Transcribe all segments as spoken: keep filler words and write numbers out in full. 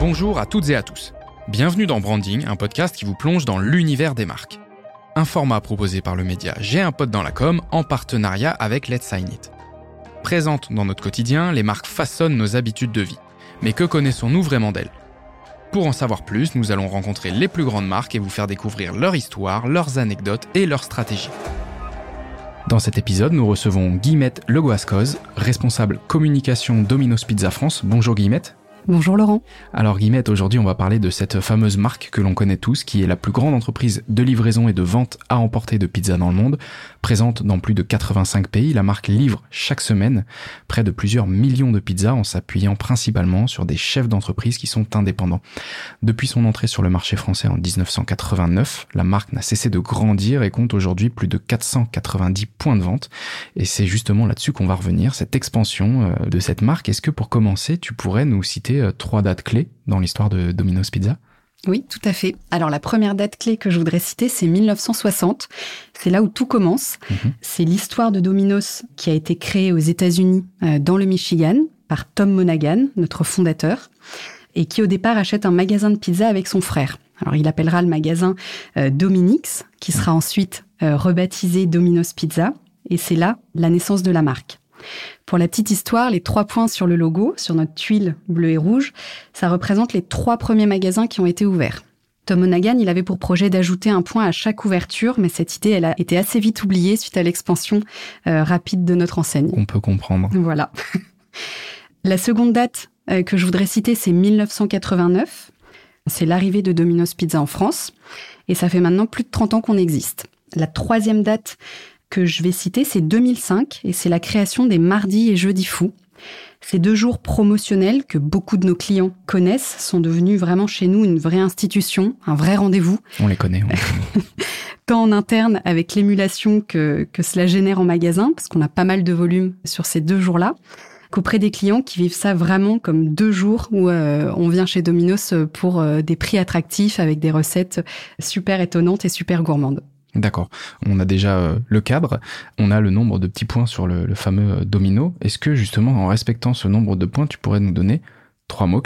Bonjour à toutes et à tous. Bienvenue dans Branding, un podcast qui vous plonge dans l'univers des marques. Un format proposé par le média J'ai un pote dans la com en partenariat avec Let's Sign It. Présentes dans notre quotidien, les marques façonnent nos habitudes de vie. Mais que connaissons-nous vraiment d'elles ? Pour en savoir plus, nous allons rencontrer les plus grandes marques et vous faire découvrir leur histoire, leurs anecdotes et leurs stratégies. Dans cet épisode, nous recevons Guillemette Legoascoz, responsable communication Domino's Pizza France. Bonjour Guillemette. Bonjour Laurent. Alors Guillemette, aujourd'hui on va parler de cette fameuse marque que l'on connaît tous, qui est la plus grande entreprise de livraison et de vente à emporter de pizza dans le monde. Présente dans plus de quatre-vingt-cinq pays, la marque livre chaque semaine près de plusieurs millions de pizzas en s'appuyant principalement sur des chefs d'entreprise qui sont indépendants. Depuis son entrée sur le marché français en dix-neuf cent quatre-vingt-neuf, la marque n'a cessé de grandir et compte aujourd'hui plus de quatre cent quatre-vingt-dix points de vente. Et c'est justement là-dessus qu'on va revenir, cette expansion de cette marque. Est-ce que pour commencer, tu pourrais nous citer trois dates clés dans l'histoire de Domino's Pizza ? Oui, tout à fait. Alors la première date clé que je voudrais citer, c'est mille neuf cent soixante. C'est là où tout commence. Mmh. C'est l'histoire de Domino's qui a été créée aux États-Unis, euh, dans le Michigan, par Tom Monaghan, notre fondateur, et qui au départ achète un magasin de pizza avec son frère. Alors il appellera le magasin euh, Dominix, qui sera ensuite euh, rebaptisé Domino's Pizza, et c'est là la naissance de la marque. Pour la petite histoire, les trois points sur le logo, sur notre tuile bleue et rouge, ça représente les trois premiers magasins qui ont été ouverts. Tom Monaghan, il avait pour projet d'ajouter un point à chaque ouverture, mais cette idée, elle a été assez vite oubliée suite à l'expansion euh, rapide de notre enseigne. On peut comprendre. Voilà. La seconde date euh, que je voudrais citer, c'est mille neuf cent quatre-vingt-neuf. C'est l'arrivée de Domino's Pizza en France, et ça fait maintenant plus de trente ans qu'on existe. La troisième date que je vais citer, c'est deux mille cinq, et c'est la création des mardis et jeudis fous. Ces deux jours promotionnels que beaucoup de nos clients connaissent sont devenus vraiment chez nous une vraie institution, un vrai rendez-vous. On les connaît. On les connaît. Tant en interne avec l'émulation que, que cela génère en magasin, parce qu'on a pas mal de volume sur ces deux jours-là, qu'auprès des clients qui vivent ça vraiment comme deux jours où euh, on vient chez Domino's pour euh, des prix attractifs avec des recettes super étonnantes et super gourmandes. D'accord. On a déjà euh, le cadre, on a le nombre de petits points sur le, le fameux domino. Est-ce que justement, en respectant ce nombre de points, tu pourrais nous donner trois mots-clés ?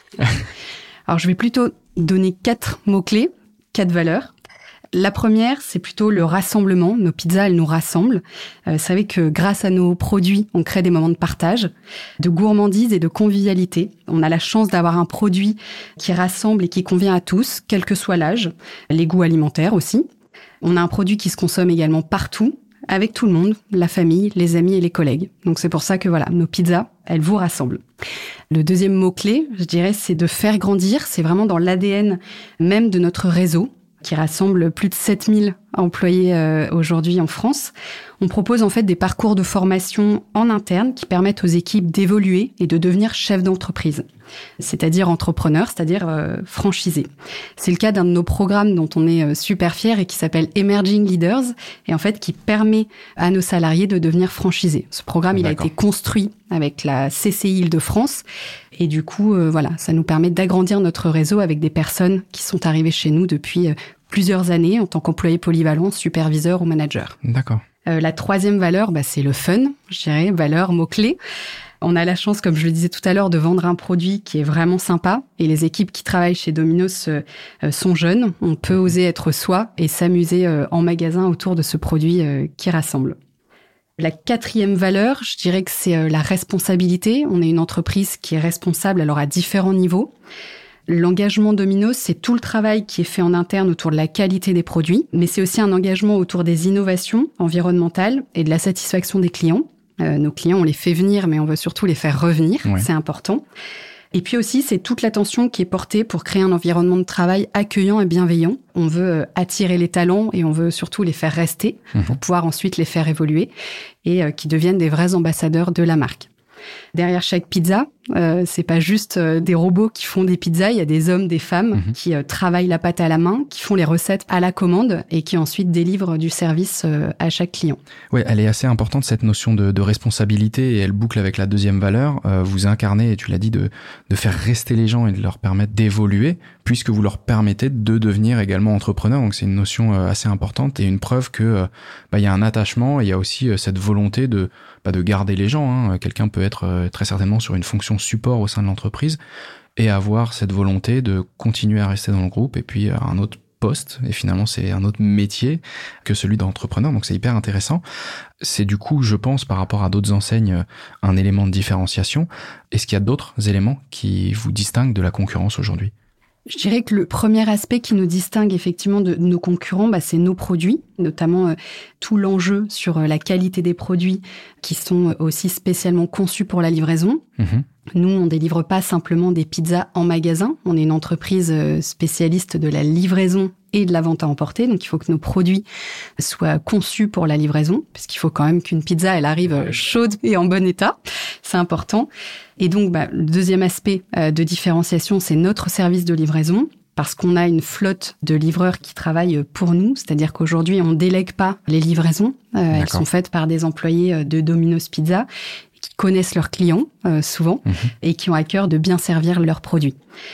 Alors, je vais plutôt donner quatre mots-clés, quatre valeurs. La première, c'est plutôt le rassemblement. Nos pizzas, elles nous rassemblent. Euh, vous savez que grâce à nos produits, on crée des moments de partage, de gourmandise et de convivialité. On a la chance d'avoir un produit qui rassemble et qui convient à tous, quel que soit l'âge, les goûts alimentaires aussi. On a un produit qui se consomme également partout, avec tout le monde, la famille, les amis et les collègues. Donc c'est pour ça que voilà, nos pizzas, elles vous rassemblent. Le deuxième mot-clé, je dirais, c'est de faire grandir. C'est vraiment dans l'A D N même de notre réseau, qui rassemble plus de sept mille employés euh, aujourd'hui en France. On propose en fait des parcours de formation en interne qui permettent aux équipes d'évoluer et de devenir chefs d'entreprise, c'est-à-dire entrepreneurs, c'est-à-dire euh, franchisés. C'est le cas d'un de nos programmes dont on est euh, super fiers et qui s'appelle Emerging Leaders et en fait qui permet à nos salariés de devenir franchisés. Ce programme, il a été construit avec la C C I Île-de-France et du coup, euh, voilà, ça nous permet d'agrandir notre réseau avec des personnes qui sont arrivées chez nous depuis euh, plusieurs années en tant qu'employés polyvalents, superviseurs ou managers. D'accord. Euh, la troisième valeur, bah, c'est le fun, je dirais, valeur, mot-clé. On a la chance, comme je le disais tout à l'heure, de vendre un produit qui est vraiment sympa. Et les équipes qui travaillent chez Domino's euh, sont jeunes. On peut oser être soi et s'amuser euh, en magasin autour de ce produit euh, qui rassemble. La quatrième valeur, je dirais que c'est euh, la responsabilité. On est une entreprise qui est responsable alors à différents niveaux. L'engagement Domino's, c'est tout le travail qui est fait en interne autour de la qualité des produits, mais c'est aussi un engagement autour des innovations environnementales et de la satisfaction des clients. Euh, nos clients, on les fait venir, mais on veut surtout les faire revenir, ouais. C'est important. Et puis aussi, c'est toute l'attention qui est portée pour créer un environnement de travail accueillant et bienveillant. On veut attirer les talents et on veut surtout les faire rester mmh. pour pouvoir ensuite les faire évoluer et euh, qu'ils deviennent des vrais ambassadeurs de la marque. Derrière chaque pizza, euh, c'est pas juste euh, des robots qui font des pizzas, il y a des hommes, des femmes mmh. qui euh, travaillent la pâte à la main, qui font les recettes à la commande et qui ensuite délivrent du service euh, à chaque client. Oui, elle est assez importante cette notion de, de responsabilité et elle boucle avec la deuxième valeur. Euh, vous incarnez, et tu l'as dit, de, de faire rester les gens et de leur permettre d'évoluer puisque vous leur permettez de devenir également entrepreneurs. Donc c'est une notion euh, assez importante et une preuve que euh, bah, il y a un attachement et il y a aussi euh, cette volonté de, bah, de garder les gens. Hein. Quelqu'un peut être euh, très certainement sur une fonction support au sein de l'entreprise. et avoir cette volonté de continuer à rester dans le groupe et puis à un autre poste, et finalement c'est un autre métier que celui d'entrepreneur, donc c'est hyper intéressant. C'est du coup, je pense, par rapport à d'autres enseignes, un élément de différenciation. Est-ce qu'il y a d'autres éléments qui vous distinguent de la concurrence aujourd'hui ? Je dirais que le premier aspect qui nous distingue effectivement de nos concurrents, bah, c'est nos produits, notamment euh, tout l'enjeu sur euh, la qualité des produits qui sont aussi spécialement conçus pour la livraison. Mmh. Nous, on délivre pas simplement des pizzas en magasin. On est une entreprise spécialiste de la livraison et de la vente à emporter. Donc, il faut que nos produits soient conçus pour la livraison, puisqu'il faut quand même qu'une pizza, elle arrive chaude et en bon état. C'est important. Et donc, bah, le deuxième aspect de différenciation, c'est notre service de livraison, parce qu'on a une flotte de livreurs qui travaillent pour nous. C'est-à-dire qu'aujourd'hui, on délègue pas les livraisons. Euh, elles sont faites par des employés de Domino's Pizza qui connaissent leurs clients, euh, souvent, mmh. et qui ont à cœur de bien servir leurs produits.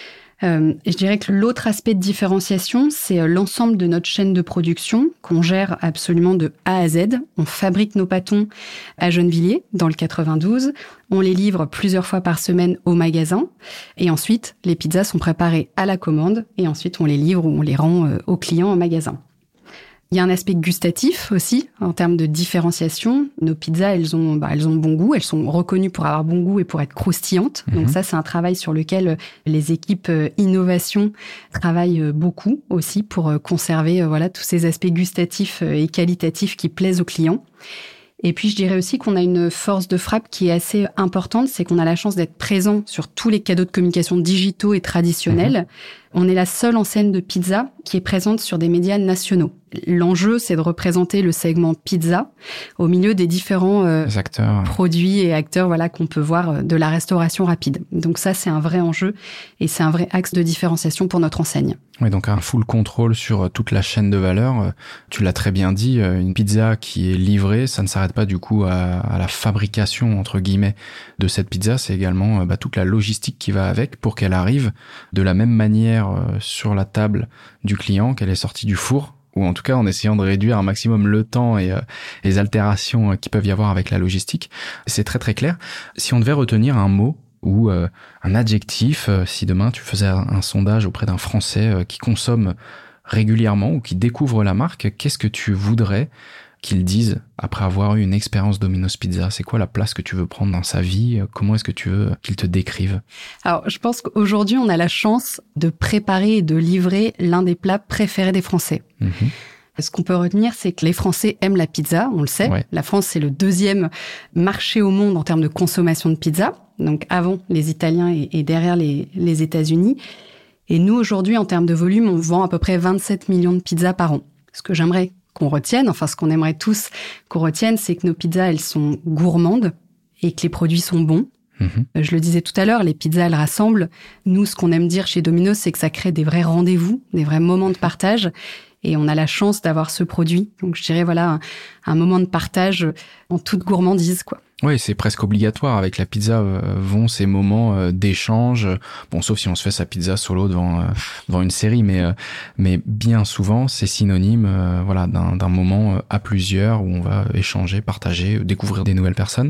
Euh, je dirais que l'autre aspect de différenciation, c'est l'ensemble de notre chaîne de production qu'on gère absolument de A à Z. On fabrique nos pâtons à Gennevilliers, dans le quatre-vingt-douze. On les livre plusieurs fois par semaine au magasin. Et ensuite, les pizzas sont préparées à la commande. Et ensuite, on les livre ou on les rend euh, aux clients en magasin. Il y a un aspect gustatif aussi, en termes de différenciation. Nos pizzas, elles ont, bah, elles ont bon goût. Elles sont reconnues pour avoir bon goût et pour être croustillantes. Mmh. Donc ça, c'est un travail sur lequel les équipes innovation travaillent beaucoup aussi pour conserver, voilà, tous ces aspects gustatifs et qualitatifs qui plaisent aux clients. Et puis, je dirais aussi qu'on a une force de frappe qui est assez importante, c'est qu'on a la chance d'être présent sur tous les canaux de communication digitaux et traditionnels. Mmh. On est la seule enseigne de pizza qui est présente sur des médias nationaux. L'enjeu, c'est de représenter le segment pizza au milieu des différents euh, acteurs. produits et acteurs, voilà, qu'on peut voir de la restauration rapide. Donc ça, c'est un vrai enjeu et c'est un vrai axe de différenciation pour notre enseigne. Oui, donc un full contrôle sur toute la chaîne de valeur. Tu l'as très bien dit, une pizza qui est livrée, ça ne s'arrête pas du coup à, à la fabrication, entre guillemets, de cette pizza. C'est également bah, toute la logistique qui va avec pour qu'elle arrive de la même manière euh, sur la table du client qu'elle est sortie du four, ou en tout cas en essayant de réduire un maximum le temps et euh, les altérations euh, qui peuvent y avoir avec la logistique. C'est très très clair. Si on devait retenir un mot ou euh, un adjectif, euh, si demain tu faisais un, un sondage auprès d'un Français euh, qui consomme régulièrement ou qui découvre la marque, qu'est-ce que tu voudrais qu'il dise après avoir eu une expérience Domino's Pizza? C'est quoi la place que tu veux prendre dans sa vie? Comment est-ce que tu veux qu'il te décrive? Alors, je pense qu'aujourd'hui, on a la chance de préparer et de livrer l'un des plats préférés des Français. Mmh. Ce qu'on peut retenir, c'est que les Français aiment la pizza, on le sait. Ouais. La France, c'est le deuxième marché au monde en termes de consommation de pizza. Donc, avant les Italiens et, et derrière les, les États-Unis. Et nous, aujourd'hui, en termes de volume, on vend à peu près vingt-sept millions de pizzas par an. Ce que j'aimerais qu'on retienne, enfin ce qu'on aimerait tous qu'on retienne, c'est que nos pizzas, elles sont gourmandes et que les produits sont bons. Mmh. Je le disais tout à l'heure, les pizzas, elles rassemblent. Nous, ce qu'on aime dire chez Domino's, c'est que ça crée des vrais rendez-vous, des vrais moments de partage. Et on a la chance d'avoir ce produit. Donc je dirais, voilà, un, un moment de partage en toute gourmandise, quoi. Oui, c'est presque obligatoire. Avec la pizza euh, vont ces moments euh, d'échange. Bon, sauf si on se fait sa pizza solo devant euh, devant une série, mais euh, mais bien souvent c'est synonyme, euh, voilà, d'un d'un moment à plusieurs où on va échanger, partager, découvrir des nouvelles personnes.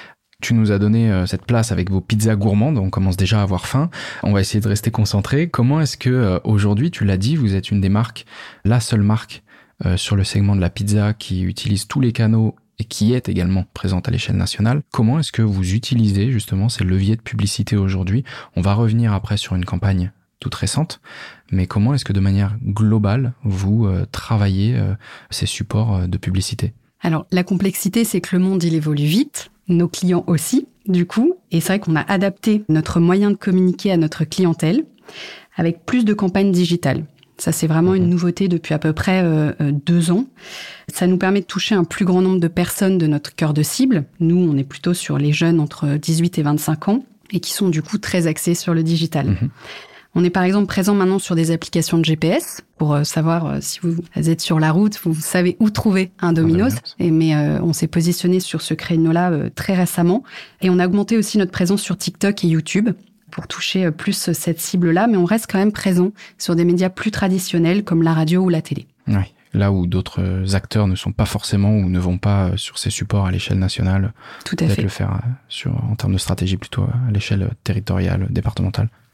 Tu nous as donné euh, cette place avec vos pizzas gourmandes. On commence déjà à avoir faim. On va essayer de rester concentré. Comment est-ce que euh, aujourd'hui, tu l'as dit, vous êtes une des marques, la seule marque euh, sur le segment de la pizza qui utilise tous les canaux et qui est également présente à l'échelle nationale. Comment est-ce que vous utilisez justement ces leviers de publicité aujourd'hui? On va revenir après sur une campagne toute récente, mais comment est-ce que de manière globale, vous euh, travaillez euh, ces supports euh, de publicité? Alors, la complexité, c'est que le monde, il évolue vite, nos clients aussi, du coup, et c'est vrai qu'on a adapté notre moyen de communiquer à notre clientèle avec plus de campagnes digitales. Ça, c'est vraiment une nouveauté depuis à peu près euh, deux ans. Ça nous permet de toucher un plus grand nombre de personnes de notre cœur de cible. Nous, on est plutôt sur les jeunes entre dix-huit et vingt-cinq ans et qui sont du coup très axés sur le digital. Mmh. On est par exemple présent maintenant sur des applications de G P S pour euh, savoir euh, si vous êtes sur la route, vous savez où trouver un Domino's. Et, mais euh, on s'est positionné sur ce créneau-là euh, très récemment. Et on a augmenté aussi notre présence sur TikTok et YouTube pour toucher plus cette cible-là, mais on reste quand même présent sur des médias plus traditionnels comme la radio ou la télé. Oui, là où d'autres acteurs ne sont pas forcément ou ne vont pas sur ces supports à l'échelle nationale. Tout à fait. Peut-être le faire sur, en termes de stratégie plutôt à l'échelle territoriale, départementale. Oui,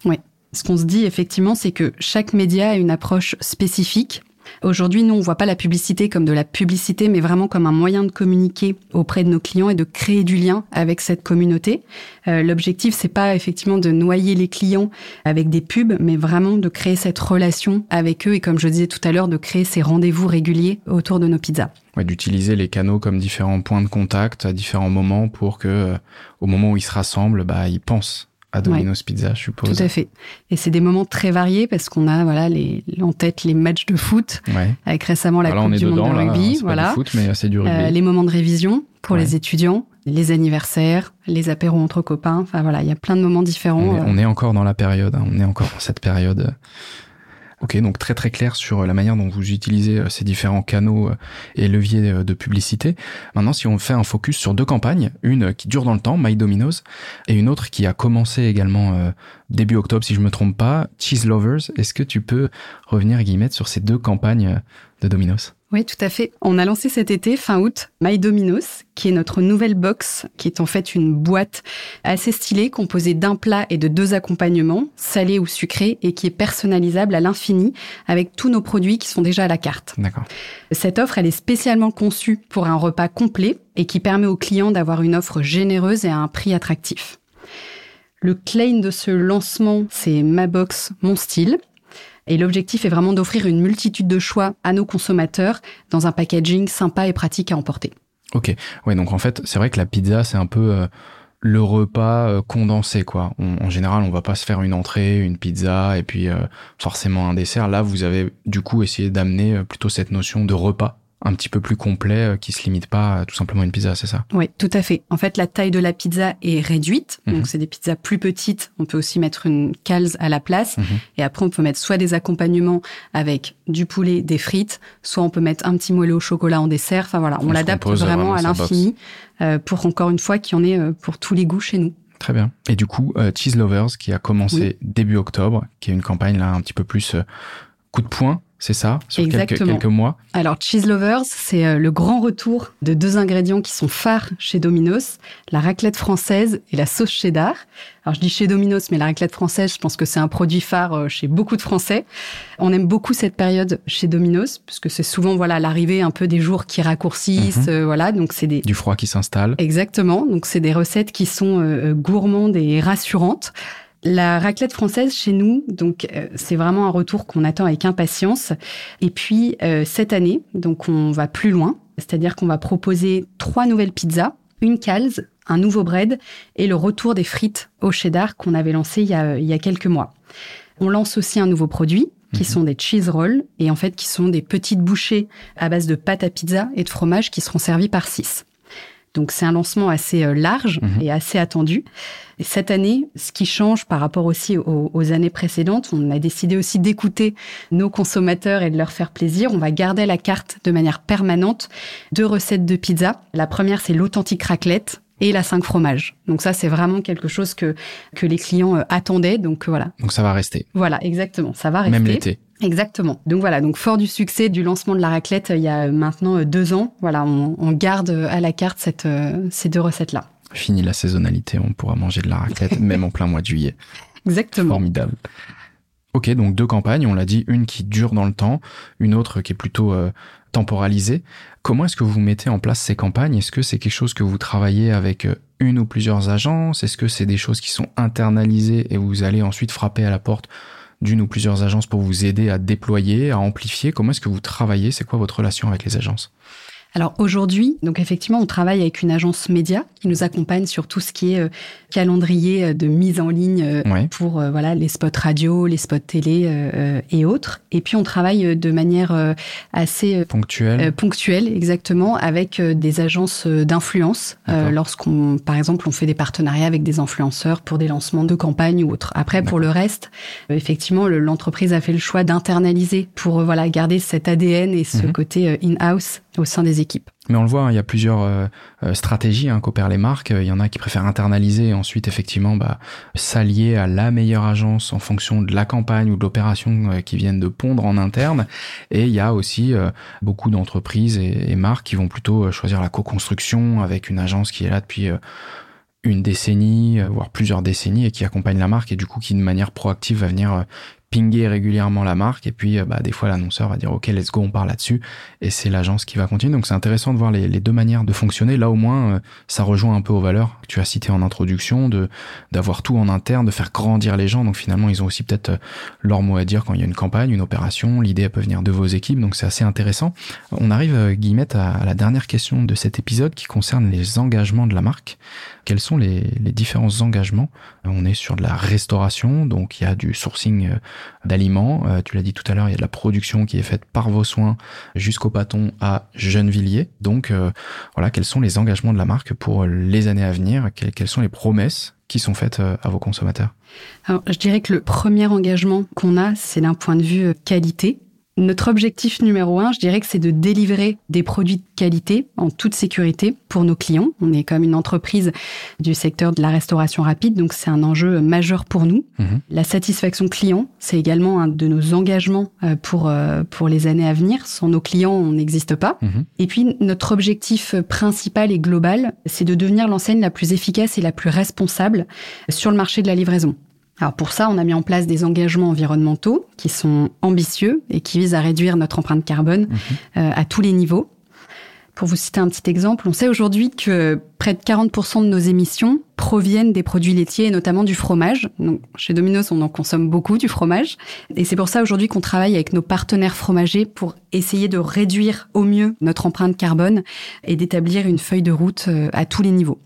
Ce qu'on se dit effectivement, c'est que chaque média a une approche spécifique. Aujourd'hui, nous, on voit pas la publicité comme de la publicité, mais vraiment comme un moyen de communiquer auprès de nos clients et de créer du lien avec cette communauté. Euh, l'objectif, c'est pas effectivement de noyer les clients avec des pubs, mais vraiment de créer cette relation avec eux et, comme je disais tout à l'heure, de créer ces rendez-vous réguliers autour de nos pizzas. Ouais, d'utiliser les canaux comme différents points de contact à différents moments pour que, euh, au moment où ils se rassemblent, bah, ils pensent à Domino's ouais. Pizza, je suppose. Tout à fait. Et c'est des moments très variés parce qu'on a voilà les en tête les matchs de foot, ouais. avec récemment la voilà, Coupe du dedans, monde de là, rugby, c'est voilà. Pas du foot, mais c'est du rugby. Euh, les moments de révision pour ouais. les étudiants, les anniversaires, les apéros entre copains. Enfin voilà, il y a plein de moments différents. On est, euh... on est encore dans la période, hein, on est encore dans cette période. Ok, donc très très clair sur la manière dont vous utilisez ces différents canaux et leviers de publicité. Maintenant, si on fait un focus sur deux campagnes, une qui dure dans le temps, My Domino's, et une autre qui a commencé également euh, début octobre, si je me trompe pas, Cheese Lovers. Est-ce que tu peux revenir, Guillemette, sur ces deux campagnes de Domino's ? Oui, tout à fait. On a lancé cet été, fin août, My Domino's, qui est notre nouvelle box, qui est en fait une boîte assez stylée, composée d'un plat et de deux accompagnements, salés ou sucrés, et qui est personnalisable à l'infini, avec tous nos produits qui sont déjà à la carte. D'accord. Cette offre, elle est spécialement conçue pour un repas complet et qui permet aux clients d'avoir une offre généreuse et à un prix attractif. Le claim de ce lancement, c'est Ma Box, Mon Style. Et l'objectif est vraiment d'offrir une multitude de choix à nos consommateurs dans un packaging sympa et pratique à emporter. Ok, ouais, donc en fait, c'est vrai que la pizza, c'est un peu euh, le repas euh, condensé, quoi. On, en général, on va pas se faire une entrée, une pizza et puis euh, forcément un dessert. Là, vous avez du coup essayé d'amener euh, plutôt cette notion de repas un petit peu plus complet, euh, qui se limite pas à tout simplement une pizza, c'est ça ? Oui, tout à fait. En fait, la taille de la pizza est réduite. Mmh. Donc, c'est des pizzas plus petites. On peut aussi mettre une calze à la place. Mmh. Et après, on peut mettre soit des accompagnements avec du poulet, des frites, soit on peut mettre un petit moelleux au chocolat en dessert. Enfin, voilà, on, on l'adapte vraiment, vraiment à l'infini euh, pour, encore une fois, qu'il y en ait euh, pour tous les goûts chez nous. Très bien. Et du coup, euh, Cheese Lovers, qui a commencé oui. début octobre, qui est une campagne là un petit peu plus euh, coup de poing, c'est ça, sur quelques, quelques mois. Alors, Cheese Lovers, c'est le grand retour de deux ingrédients qui sont phares chez Domino's, la raclette française et la sauce cheddar. Alors, je dis chez Domino's, mais la raclette française, je pense que c'est un produit phare chez beaucoup de Français. On aime beaucoup cette période chez Domino's, parce que c'est souvent, voilà, l'arrivée un peu des jours qui raccourcissent, mmh. euh, voilà, donc c'est des... Du froid qui s'installe. Exactement, donc c'est des recettes qui sont euh, gourmandes et rassurantes. La raclette française chez nous, donc euh, c'est vraiment un retour qu'on attend avec impatience. Et puis euh, cette année, donc on va plus loin, c'est-à-dire qu'on va proposer trois nouvelles pizzas, une calze, un nouveau bread et le retour des frites au cheddar qu'on avait lancé il y a, il y a quelques mois. On lance aussi un nouveau produit qui mmh. sont des cheese rolls et en fait qui sont des petites bouchées à base de pâte à pizza et de fromage qui seront servies par six. Donc, c'est un lancement assez large mmh. et assez attendu. Et cette année, ce qui change par rapport aussi aux, aux années précédentes, on a décidé aussi d'écouter nos consommateurs et de leur faire plaisir. On va garder à la carte de manière permanente deux recettes de pizza. La première, c'est l'authentique raclette et la cinq fromages. Donc ça, c'est vraiment quelque chose que, que les clients euh, attendaient. Donc euh, voilà. Donc ça va rester. Voilà, exactement. Ça va rester. Même l'été. Exactement. Donc voilà, donc fort du succès du lancement de la raclette il y a maintenant deux ans, voilà, on, on garde à la carte cette, euh, ces deux recettes-là. Fini la saisonnalité, on pourra manger de la raclette même en plein mois de juillet. Exactement. Formidable. Ok, donc deux campagnes, on l'a dit, une qui dure dans le temps, une autre qui est plutôt euh, temporalisée. Comment est-ce que vous mettez en place ces campagnes ? Est-ce que c'est quelque chose que vous travaillez avec une ou plusieurs agences ? Est-ce que c'est des choses qui sont internalisées et vous allez ensuite frapper à la porte d'une ou plusieurs agences pour vous aider à déployer, à amplifier ? Comment est-ce que vous travaillez ? C'est quoi votre relation avec les agences ? Alors aujourd'hui, donc effectivement, on travaille avec une agence média qui nous accompagne sur tout ce qui est euh, calendrier de mise en ligne euh, ouais. pour euh, voilà les spots radio, les spots télé euh, et autres. Et puis on travaille de manière euh, assez euh, ponctuelle, euh, ponctuelle exactement, avec euh, des agences d'influence. Euh, lorsqu'on, par exemple, on fait des partenariats avec des influenceurs pour des lancements de campagnes ou autres. Après, D'accord. pour le reste, euh, effectivement, le, l'entreprise a fait le choix d'internaliser pour euh, voilà garder cet A D N et ce mmh. côté euh, in-house au sein des équipes. Mais on le voit, hein, il y a plusieurs euh, stratégies hein, qu'opèrent les marques. Il y en a qui préfèrent internaliser et ensuite effectivement bah, s'allier à la meilleure agence en fonction de la campagne ou de l'opération euh, qui viennent de pondre en interne. Et il y a aussi euh, beaucoup d'entreprises et, et marques qui vont plutôt choisir la co-construction avec une agence qui est là depuis euh, une décennie, voire plusieurs décennies, et qui accompagne la marque et du coup qui de manière proactive va venir pinguer régulièrement la marque, et puis bah, des fois l'annonceur va dire ok, let's go, on part là-dessus, et c'est l'agence qui va continuer. Donc c'est intéressant de voir les, les deux manières de fonctionner. Là au moins euh, ça rejoint un peu aux valeurs que tu as citées en introduction, de d'avoir tout en interne, de faire grandir les gens. Donc finalement ils ont aussi peut-être euh, leur mot à dire quand il y a une campagne, une opération, l'idée elle peut venir de vos équipes, donc c'est assez intéressant. On arrive euh, Guillemette à, à la dernière question de cet épisode qui concerne les engagements de la marque. Quels sont les, les différents engagements? On est sur de la restauration, donc il y a du sourcing d'aliments. Euh, tu l'as dit tout à l'heure, il y a de la production qui est faite par vos soins jusqu'au pâton à Gennevilliers. Donc euh, voilà, quels sont les engagements de la marque pour les années à venir? Quelles, quelles sont les promesses qui sont faites à vos consommateurs? Alors, je dirais que le premier engagement qu'on a, c'est d'un point de vue qualité. Notre objectif numéro un, je dirais que c'est de délivrer des produits de qualité en toute sécurité pour nos clients. On est comme une entreprise du secteur de la restauration rapide, donc c'est un enjeu majeur pour nous. Mmh. La satisfaction client, c'est également un de nos engagements pour, pour les années à venir. Sans nos clients, on n'existe pas. Mmh. Et puis, notre objectif principal et global, c'est de devenir l'enseigne la plus efficace et la plus responsable sur le marché de la livraison. Alors pour ça, on a mis en place des engagements environnementaux qui sont ambitieux et qui visent à réduire notre empreinte carbone mmh. euh, à tous les niveaux. Pour vous citer un petit exemple, on sait aujourd'hui que près de quarante pour cent de nos émissions proviennent des produits laitiers et notamment du fromage. Donc, chez Domino's, on en consomme beaucoup du fromage. Et c'est pour ça aujourd'hui qu'on travaille avec nos partenaires fromagers pour essayer de réduire au mieux notre empreinte carbone et d'établir une feuille de route euh, à tous les niveaux.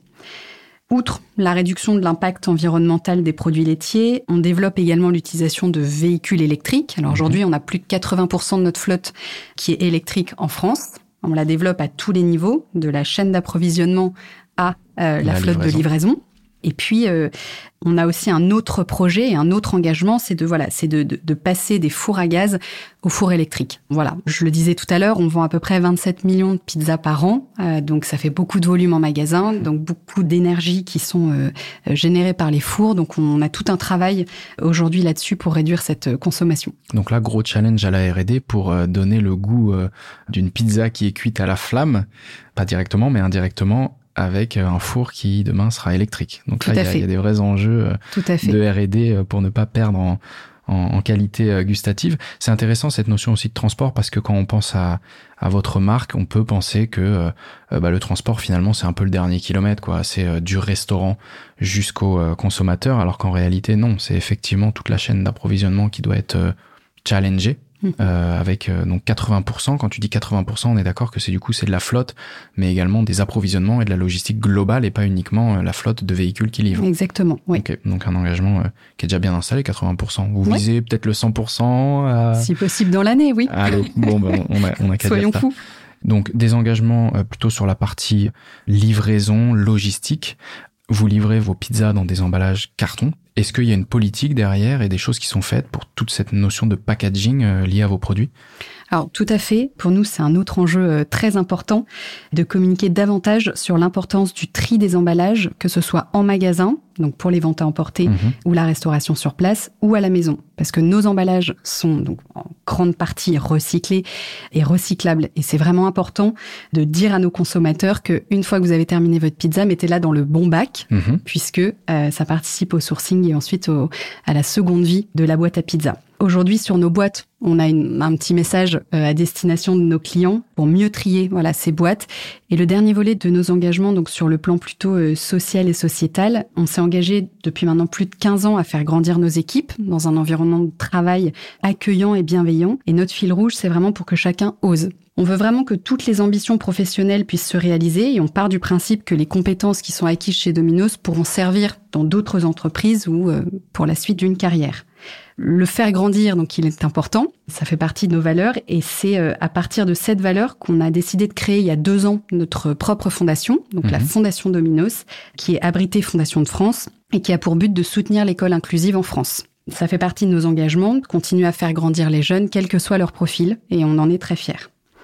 Outre la réduction de l'impact environnemental des produits laitiers, on développe également l'utilisation de véhicules électriques. Alors aujourd'hui, on a plus de quatre-vingts pour cent de notre flotte qui est électrique en France. On la développe à tous les niveaux, de la chaîne d'approvisionnement à euh, la, la flotte livraison. de livraison. Et puis, euh, on a aussi un autre projet et un autre engagement, c'est de voilà, c'est de, de, de passer des fours à gaz aux fours électriques. Voilà, je le disais tout à l'heure, on vend à peu près vingt-sept millions de pizzas par an, euh, donc ça fait beaucoup de volume en magasin, donc beaucoup d'énergie qui sont euh, générées par les fours. Donc on a tout un travail aujourd'hui là-dessus pour réduire cette consommation. Donc là, gros challenge à la R et D pour euh, donner le goût euh, d'une pizza qui est cuite à la flamme, pas directement mais indirectement, avec un four qui demain sera électrique. Donc là, il y, y a des vrais enjeux de R et D pour ne pas perdre en, en, en qualité gustative. C'est intéressant cette notion aussi de transport parce que quand on pense à, à votre marque, on peut penser que euh, bah, le transport finalement c'est un peu le dernier kilomètre, quoi. C'est euh, du restaurant jusqu'au euh, consommateur, alors qu'en réalité non, c'est effectivement toute la chaîne d'approvisionnement qui doit être euh, challengée. Euh, avec euh, donc quatre-vingts pour cent. Quand tu dis quatre-vingts pour cent, on est d'accord que c'est du coup c'est de la flotte, mais également des approvisionnements et de la logistique globale et pas uniquement euh, la flotte de véhicules qui livrent. Exactement, oui. Okay. Donc un engagement euh, qui est déjà bien installé, quatre-vingts pour cent. Vous ouais. visez peut-être le cent pour cent à... Si possible dans l'année, oui. Allez, bon, ben, on a, on a qu'à Soyons dire ça. fous. Donc des engagements euh, plutôt sur la partie livraison, logistique. Vous livrez vos pizzas dans des emballages carton. Est-ce qu'il y a une politique derrière et des choses qui sont faites pour toute cette notion de packaging euh, liée à vos produits ? Alors, tout à fait. Pour nous, c'est un autre enjeu euh, très important de communiquer davantage sur l'importance du tri des emballages, que ce soit en magasin, donc pour les ventes à emporter, mmh. ou la restauration sur place, ou à la maison. Parce que nos emballages sont donc en grande partie recyclés et recyclables. Et c'est vraiment important de dire à nos consommateurs qu'une fois que vous avez terminé votre pizza, mettez-la dans le bon bac, mmh. puisque euh, ça participe au sourcing et ensuite au, à la seconde vie de la boîte à pizza. Aujourd'hui, sur nos boîtes, on a une, un petit message euh, à destination de nos clients pour mieux trier voilà, ces boîtes. Et le dernier volet de nos engagements, donc sur le plan plutôt euh, social et sociétal, on s'est engagé depuis maintenant plus de quinze ans à faire grandir nos équipes dans un environnement de travail accueillant et bienveillant. Et notre fil rouge, c'est vraiment pour que chacun ose. On veut vraiment que toutes les ambitions professionnelles puissent se réaliser et on part du principe que les compétences qui sont acquises chez Domino's pourront servir dans d'autres entreprises ou euh, pour la suite d'une carrière. Le faire grandir, donc, il est important. Ça fait partie de nos valeurs et c'est euh, à partir de cette valeur qu'on a décidé de créer il y a deux ans notre propre fondation, donc mmh. la Fondation Domino's, qui est abritée Fondation de France et qui a pour but de soutenir l'école inclusive en France. Ça fait partie de nos engagements, de continuer à faire grandir les jeunes, quel que soit leur profil, et on en est très fiers.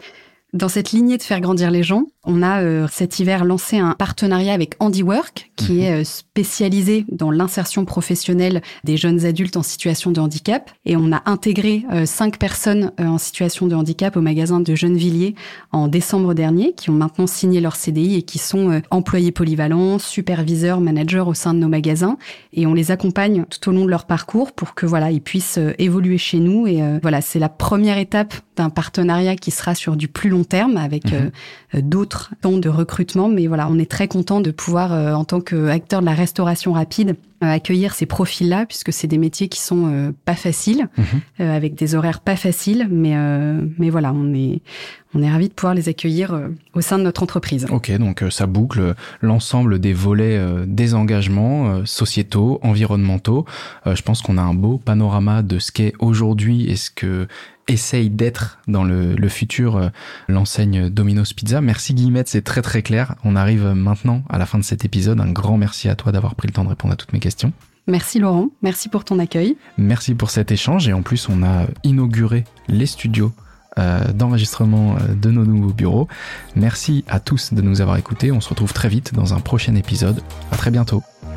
Dans cette lignée de faire grandir les gens, on a euh, cet hiver lancé un partenariat avec Handiwork, qui mmh. est euh, spécialisé dans l'insertion professionnelle des jeunes adultes en situation de handicap. Et on a intégré euh, cinq personnes euh, en situation de handicap au magasin de Gennevilliers en décembre dernier, qui ont maintenant signé leur C D I et qui sont euh, employés polyvalents, superviseurs, managers au sein de nos magasins. Et on les accompagne tout au long de leur parcours pour que voilà, ils puissent euh, évoluer chez nous. Et euh, voilà, c'est la première étape d'un partenariat qui sera sur du plus long terme avec mmh. euh, d'autres temps de recrutement. Mais voilà, on est très content de pouvoir, euh, en tant qu'acteur de la restauration rapide, euh, accueillir ces profils-là, puisque c'est des métiers qui sont euh, pas faciles, mmh. euh, avec des horaires pas faciles. Mais, euh, mais voilà, on est, on est ravis de pouvoir les accueillir euh, au sein de notre entreprise. Ok, donc euh, ça boucle l'ensemble des volets euh, des engagements euh, sociétaux, environnementaux. Euh, je pense qu'on a un beau panorama de ce qu'est aujourd'hui et ce que essaye d'être dans le, le futur euh, l'enseigne Domino's Pizza. Merci Guillemette, c'est très très clair. On arrive maintenant à la fin de cet épisode. Un grand merci à toi d'avoir pris le temps de répondre à toutes mes questions. Merci Laurent, merci pour ton accueil. Merci pour cet échange et en plus on a inauguré les studios euh, d'enregistrement de nos nouveaux bureaux. Merci à tous de nous avoir écoutés. On se retrouve très vite dans un prochain épisode. À très bientôt.